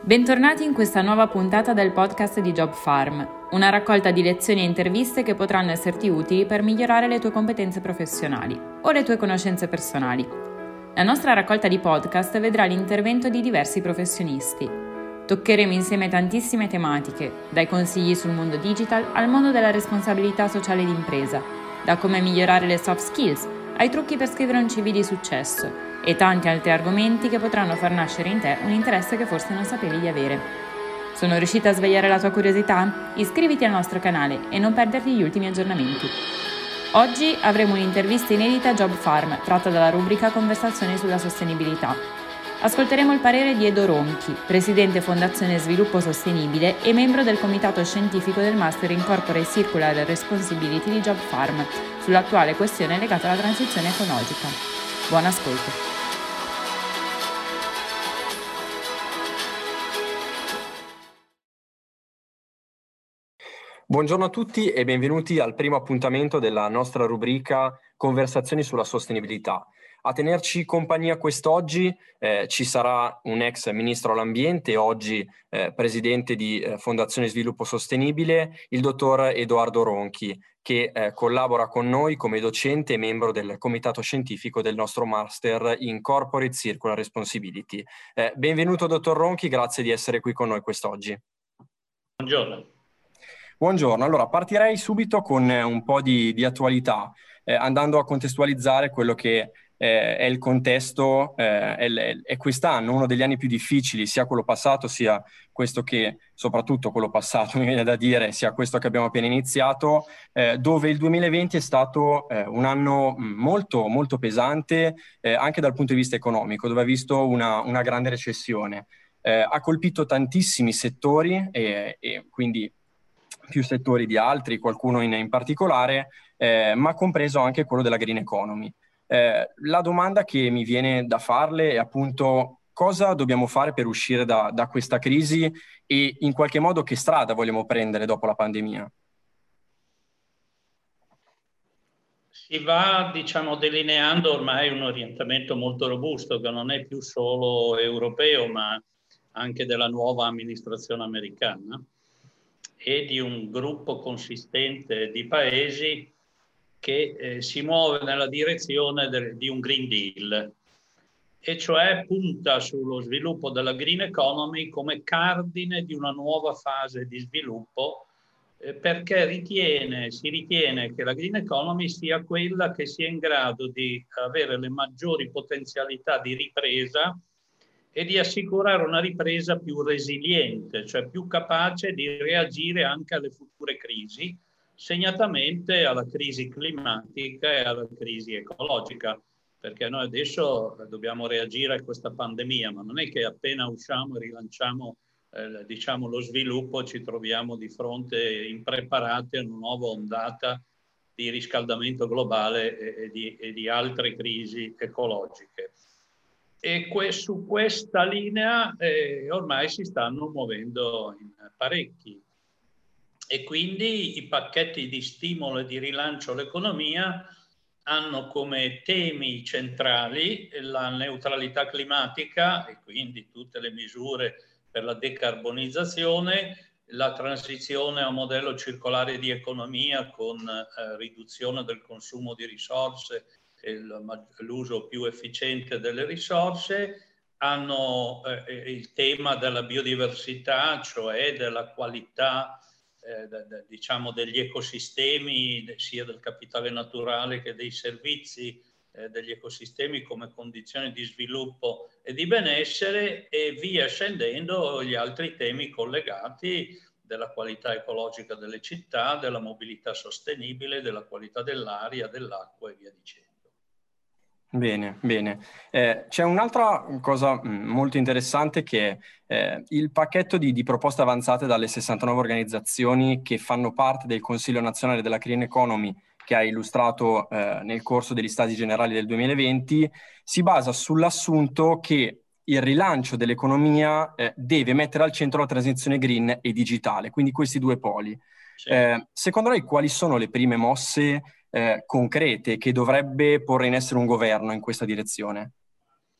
Bentornati in questa nuova puntata del podcast di Job Farm, una raccolta di lezioni e interviste che potranno esserti utili per migliorare le tue competenze professionali o le tue conoscenze personali. La nostra raccolta di podcast vedrà l'intervento di diversi professionisti. Toccheremo insieme tantissime tematiche, dai consigli sul mondo digital al mondo della responsabilità sociale d'impresa, da come migliorare le soft skills ai trucchi per scrivere un CV di successo e tanti altri argomenti che potranno far nascere in te un interesse che forse non sapevi di avere. Sono riuscita a svegliare la tua curiosità? Iscriviti al nostro canale e non perderti gli ultimi aggiornamenti. Oggi avremo un'intervista inedita a Job Farm, tratta dalla rubrica Conversazioni sulla sostenibilità. Ascolteremo il parere di Edo Ronchi, presidente Fondazione Sviluppo Sostenibile e membro del comitato scientifico del Master in Corporate Circular Responsibility di Job Farm, sull'attuale questione legata alla transizione ecologica. Buon ascolto! Buongiorno a tutti e benvenuti al primo appuntamento della nostra rubrica Conversazioni sulla sostenibilità. A tenerci compagnia quest'oggi ci sarà un ex ministro all'ambiente e oggi presidente di Fondazione Sviluppo Sostenibile, il dottor Edoardo Ronchi, che collabora con noi come docente e membro del comitato scientifico del nostro Master in Corporate Circular Responsibility. Benvenuto dottor Ronchi, grazie di essere qui con noi quest'oggi. Buongiorno. Buongiorno, allora partirei subito con un po' di attualità, andando a contestualizzare quello che è il contesto, è quest'anno uno degli anni più difficili, sia quello passato sia questo che, soprattutto quello passato mi viene da dire, sia questo che abbiamo appena iniziato, dove il 2020 è stato un anno molto, molto pesante anche dal punto di vista economico, dove ha visto una grande recessione. Ha colpito tantissimi settori e quindi più settori di altri, qualcuno in particolare, ma compreso anche quello della green economy. La domanda che mi viene da farle è appunto cosa dobbiamo fare per uscire da questa crisi e in qualche modo che strada vogliamo prendere dopo la pandemia? Si va, delineando ormai un orientamento molto robusto che non è più solo europeo, ma anche della nuova amministrazione americana e di un gruppo consistente di paesi che si muove nella direzione di un Green Deal, e cioè punta sullo sviluppo della green economy come cardine di una nuova fase di sviluppo, perché si ritiene che la green economy sia quella che sia in grado di avere le maggiori potenzialità di ripresa e di assicurare una ripresa più resiliente, cioè più capace di reagire anche alle future crisi, segnatamente alla crisi climatica e alla crisi ecologica, perché noi adesso dobbiamo reagire a questa pandemia, ma non è che appena usciamo e rilanciamo lo sviluppo ci troviamo di fronte impreparati a una nuova ondata di riscaldamento globale e di altre crisi ecologiche. E su questa linea ormai si stanno muovendo in parecchi. E quindi i pacchetti di stimolo e di rilancio all'economia hanno come temi centrali la neutralità climatica e quindi tutte le misure per la decarbonizzazione, la transizione a un modello circolare di economia con riduzione del consumo di risorse e l'uso più efficiente delle risorse, hanno il tema della biodiversità, cioè della qualità degli ecosistemi, sia del capitale naturale che dei servizi degli ecosistemi come condizioni di sviluppo e di benessere, e via scendendo gli altri temi collegati della qualità ecologica delle città, della mobilità sostenibile, della qualità dell'aria, dell'acqua e via dicendo. Bene, bene. C'è un'altra cosa molto interessante che è il pacchetto di proposte avanzate dalle 69 organizzazioni che fanno parte del Consiglio Nazionale della Green Economy, che ha illustrato nel corso degli Stati Generali del 2020, si basa sull'assunto che il rilancio dell'economia deve mettere al centro la transizione green e digitale, quindi questi due poli. Sì. Secondo lei quali sono le prime mosse concrete che dovrebbe porre in essere un governo in questa direzione?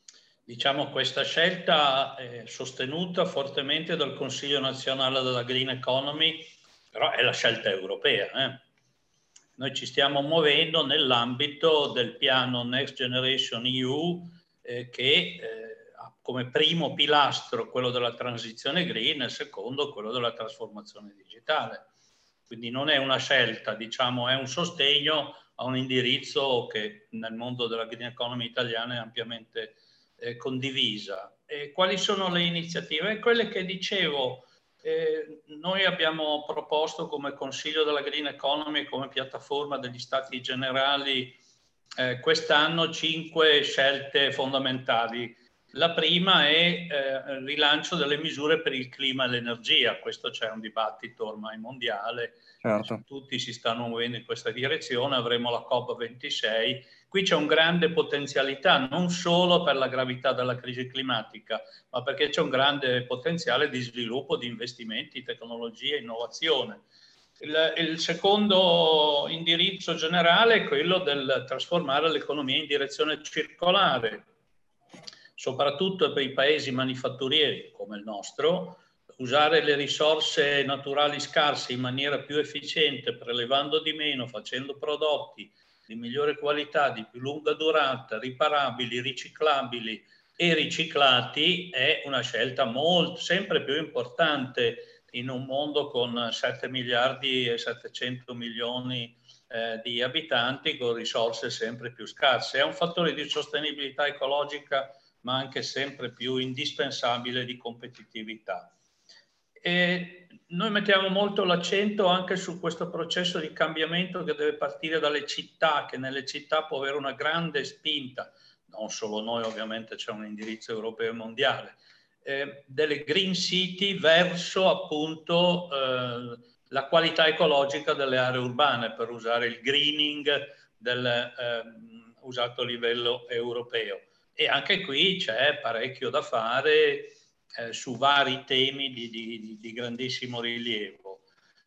Diciamo, questa scelta è sostenuta fortemente dal Consiglio nazionale della Green Economy, però è la scelta europea. Noi ci stiamo muovendo nell'ambito del piano Next Generation EU che ha come primo pilastro quello della transizione green e secondo quello della trasformazione digitale. Quindi non è una scelta, diciamo, è un sostegno a un indirizzo che nel mondo della green economy italiana è ampiamente condivisa. E quali sono le iniziative? Quelle che dicevo, noi abbiamo proposto come Consiglio della Green Economy, come piattaforma degli Stati Generali, quest'anno 5 scelte fondamentali. La prima è il rilancio delle misure per il clima e l'energia. Questo c'è un dibattito ormai mondiale, Certo. tutti si stanno muovendo in questa direzione, avremo la COP26. Qui c'è un grande potenzialità, non solo per la gravità della crisi climatica, ma perché c'è un grande potenziale di sviluppo di investimenti, tecnologia e innovazione. Il secondo indirizzo generale è quello del trasformare l'economia in direzione circolare, soprattutto per i paesi manifatturieri come il nostro, usare le risorse naturali scarse in maniera più efficiente, prelevando di meno, facendo prodotti di migliore qualità, di più lunga durata, riparabili, riciclabili e riciclati, è una scelta sempre più importante in un mondo con 7 miliardi e 700 milioni di abitanti, con risorse sempre più scarse. È un fattore di sostenibilità ecologica, ma anche sempre più indispensabile di competitività. E noi mettiamo molto l'accento anche su questo processo di cambiamento che deve partire dalle città, che nelle città può avere una grande spinta, non solo noi, ovviamente c'è un indirizzo europeo e mondiale, delle green city verso appunto la qualità ecologica delle aree urbane, per usare il greening usato a livello europeo. E anche qui c'è parecchio da fare su vari temi di grandissimo rilievo.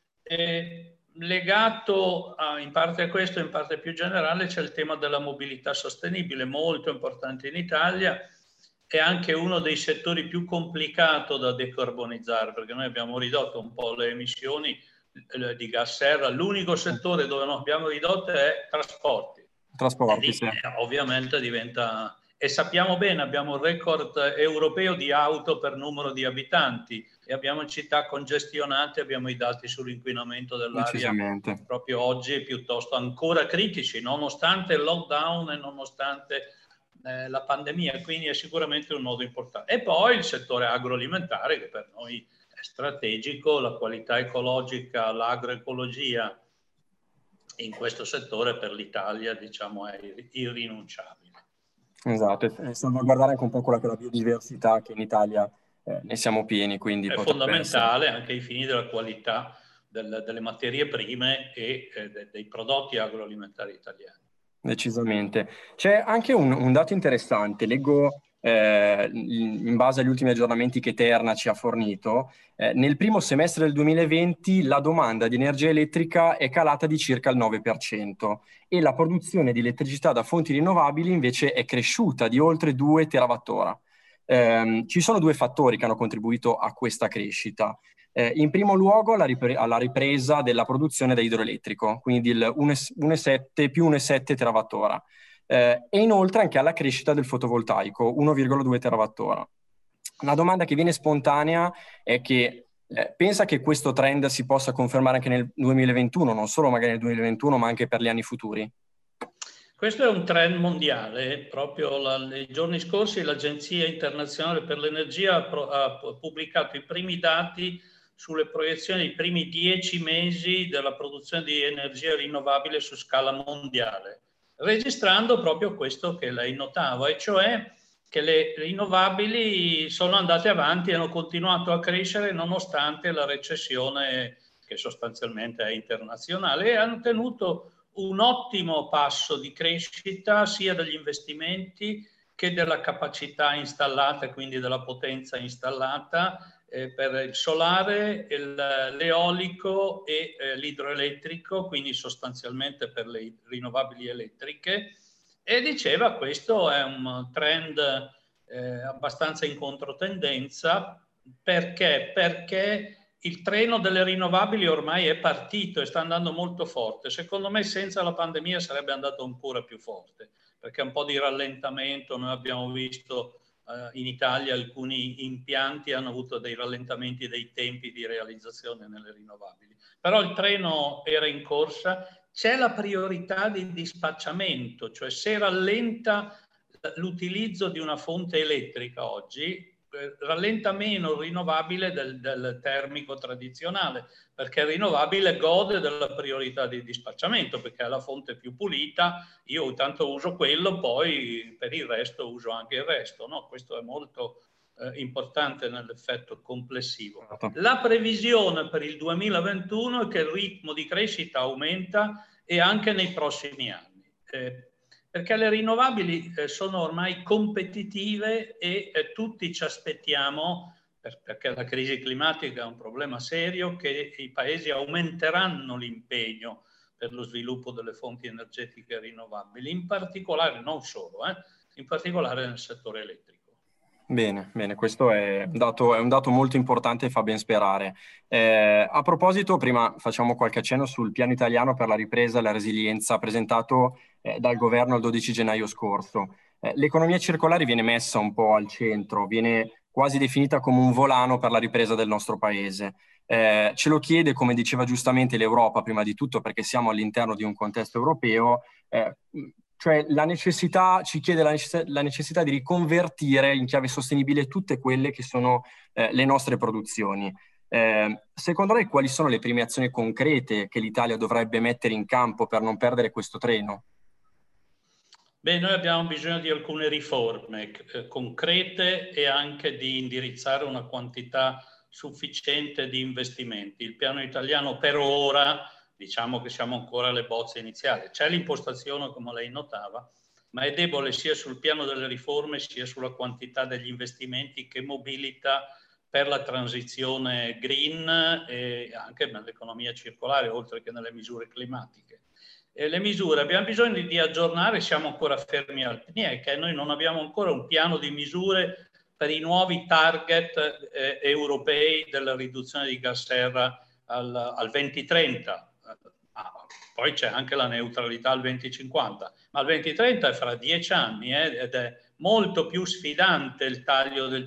Legato in parte a questo, in parte più generale, c'è il tema della mobilità sostenibile, molto importante in Italia, è anche uno dei settori più complicato da decarbonizzare, perché noi abbiamo ridotto un po' le emissioni di gas serra. L'unico settore dove non abbiamo ridotto è trasporti. Trasporti, sì. Ovviamente diventa... E sappiamo bene, abbiamo il record europeo di auto per numero di abitanti e abbiamo città congestionate, abbiamo i dati sull'inquinamento dell'aria proprio oggi piuttosto ancora critici, nonostante il lockdown e nonostante la pandemia, quindi è sicuramente un nodo importante. E poi il settore agroalimentare, che per noi è strategico, la qualità ecologica, l'agroecologia in questo settore per l'Italia, diciamo, è irrinunciabile. Esatto, e salvaguardare anche un po' quella che è la biodiversità, che in Italia ne siamo pieni, quindi è fondamentale anche ai fini della qualità delle materie prime e dei prodotti agroalimentari italiani. Decisamente. C'è anche un dato interessante, leggo in base agli ultimi aggiornamenti che Terna ci ha fornito, nel primo semestre del 2020 la domanda di energia elettrica è calata di circa il 9% e la produzione di elettricità da fonti rinnovabili invece è cresciuta di oltre 2 terawattora. Ci sono 2 fattori che hanno contribuito a questa crescita. In primo luogo alla ripresa della produzione da idroelettrico, quindi il 1,7 più 1,7 terawattora, e inoltre anche alla crescita del fotovoltaico, 1,2 terawattora. La domanda che viene spontanea è che pensa che questo trend si possa confermare anche nel 2021, non solo magari nel 2021, ma anche per gli anni futuri? Questo è un trend mondiale. Proprio nei giorni scorsi l'Agenzia Internazionale per l'Energia ha pubblicato i primi dati sulle proiezioni dei primi 10 mesi della produzione di energia rinnovabile su scala mondiale, registrando proprio questo che lei notava, e cioè che le rinnovabili sono andate avanti e hanno continuato a crescere nonostante la recessione che sostanzialmente è internazionale, e hanno tenuto un ottimo passo di crescita sia degli investimenti che della capacità installata, quindi della potenza installata per il solare, l'eolico e l'idroelettrico, quindi sostanzialmente per le rinnovabili elettriche. E diceva questo è un trend abbastanza in controtendenza. Perché? Perché il treno delle rinnovabili ormai è partito e sta andando molto forte. Secondo me senza la pandemia sarebbe andato ancora più forte, perché un po' di rallentamento, noi abbiamo visto in Italia alcuni impianti hanno avuto dei rallentamenti dei tempi di realizzazione nelle rinnovabili. Però il treno era in corsa, c'è la priorità di dispacciamento, cioè se rallenta l'utilizzo di una fonte elettrica oggi, rallenta meno il rinnovabile del termico tradizionale, perché il rinnovabile gode della priorità di dispacciamento, perché è la fonte più pulita, io tanto uso quello, poi per il resto uso anche il resto, no? Questo è molto importante nell'effetto complessivo. La previsione per il 2021 è che il ritmo di crescita aumenta e anche nei prossimi anni. Perché le rinnovabili sono ormai competitive e tutti ci aspettiamo, perché la crisi climatica è un problema serio, che i paesi aumenteranno l'impegno per lo sviluppo delle fonti energetiche rinnovabili, in particolare, non solo, in particolare nel settore elettrico. Bene, questo è un dato molto importante e fa ben sperare. A proposito, prima facciamo qualche accenno sul piano italiano per la ripresa e la resilienza presentato dal governo il 12 gennaio scorso. L'economia circolare viene messa un po' al centro, viene quasi definita come un volano per la ripresa del nostro paese. Ce lo chiede, come diceva giustamente, l'Europa prima di tutto, perché siamo all'interno di un contesto europeo, cioè ci chiede la necessità di riconvertire in chiave sostenibile tutte quelle che sono le nostre produzioni. Secondo lei quali sono le prime azioni concrete che l'Italia dovrebbe mettere in campo per non perdere questo treno? Beh, noi abbiamo bisogno di alcune riforme concrete e anche di indirizzare una quantità sufficiente di investimenti. Il piano italiano per ora, diciamo che siamo ancora alle bozze iniziali. C'è l'impostazione, come lei notava, ma è debole sia sul piano delle riforme sia sulla quantità degli investimenti che mobilita per la transizione green e anche nell'economia circolare, oltre che nelle misure climatiche. Le misure, abbiamo bisogno di aggiornare, siamo ancora fermi al PNIEC, noi non abbiamo ancora un piano di misure per i nuovi target europei della riduzione di gas serra al 2030. Poi c'è anche la neutralità al 2050, ma il 2030 è fra 10 anni ed è molto più sfidante il taglio del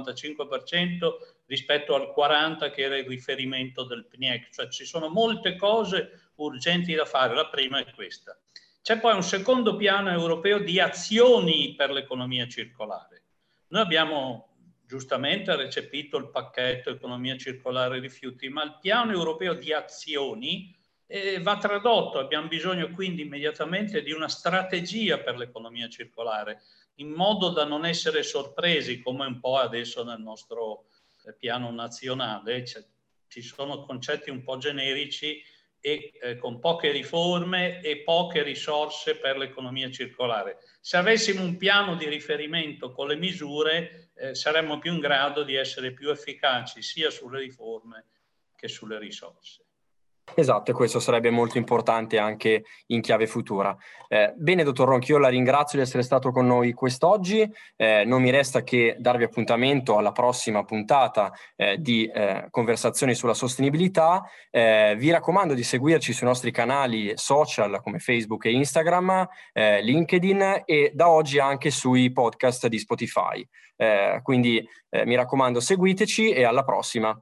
55% rispetto al 40% che era il riferimento del PNIEC. Cioè ci sono molte cose urgenti da fare, la prima è questa. C'è poi un secondo piano europeo di azioni per l'economia circolare. Noi abbiamo giustamente recepito il pacchetto economia circolare rifiuti, ma il piano europeo di azioni va tradotto. Abbiamo bisogno quindi immediatamente di una strategia per l'economia circolare, in modo da non essere sorpresi, come un po' adesso nel nostro piano nazionale. Ci sono concetti un po' generici e con poche riforme e poche risorse per l'economia circolare. Se avessimo un piano di riferimento con le misure, saremmo più in grado di essere più efficaci sia sulle riforme che sulle risorse. Esatto, e questo sarebbe molto importante anche in chiave futura. Bene, dottor Ronchi, io la ringrazio di essere stato con noi quest'oggi. Non mi resta che darvi appuntamento alla prossima puntata di Conversazioni sulla sostenibilità. Vi raccomando di seguirci sui nostri canali social come Facebook e Instagram, LinkedIn e da oggi anche sui podcast di Spotify. Quindi mi raccomando, seguiteci e alla prossima.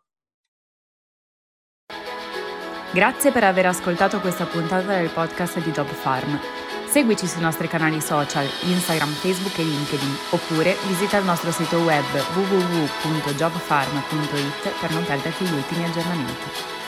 Grazie per aver ascoltato questa puntata del podcast di Job Farm. Seguici sui nostri canali social, Instagram, Facebook e LinkedIn, oppure visita il nostro sito web www.jobfarm.it per non perderti gli ultimi aggiornamenti.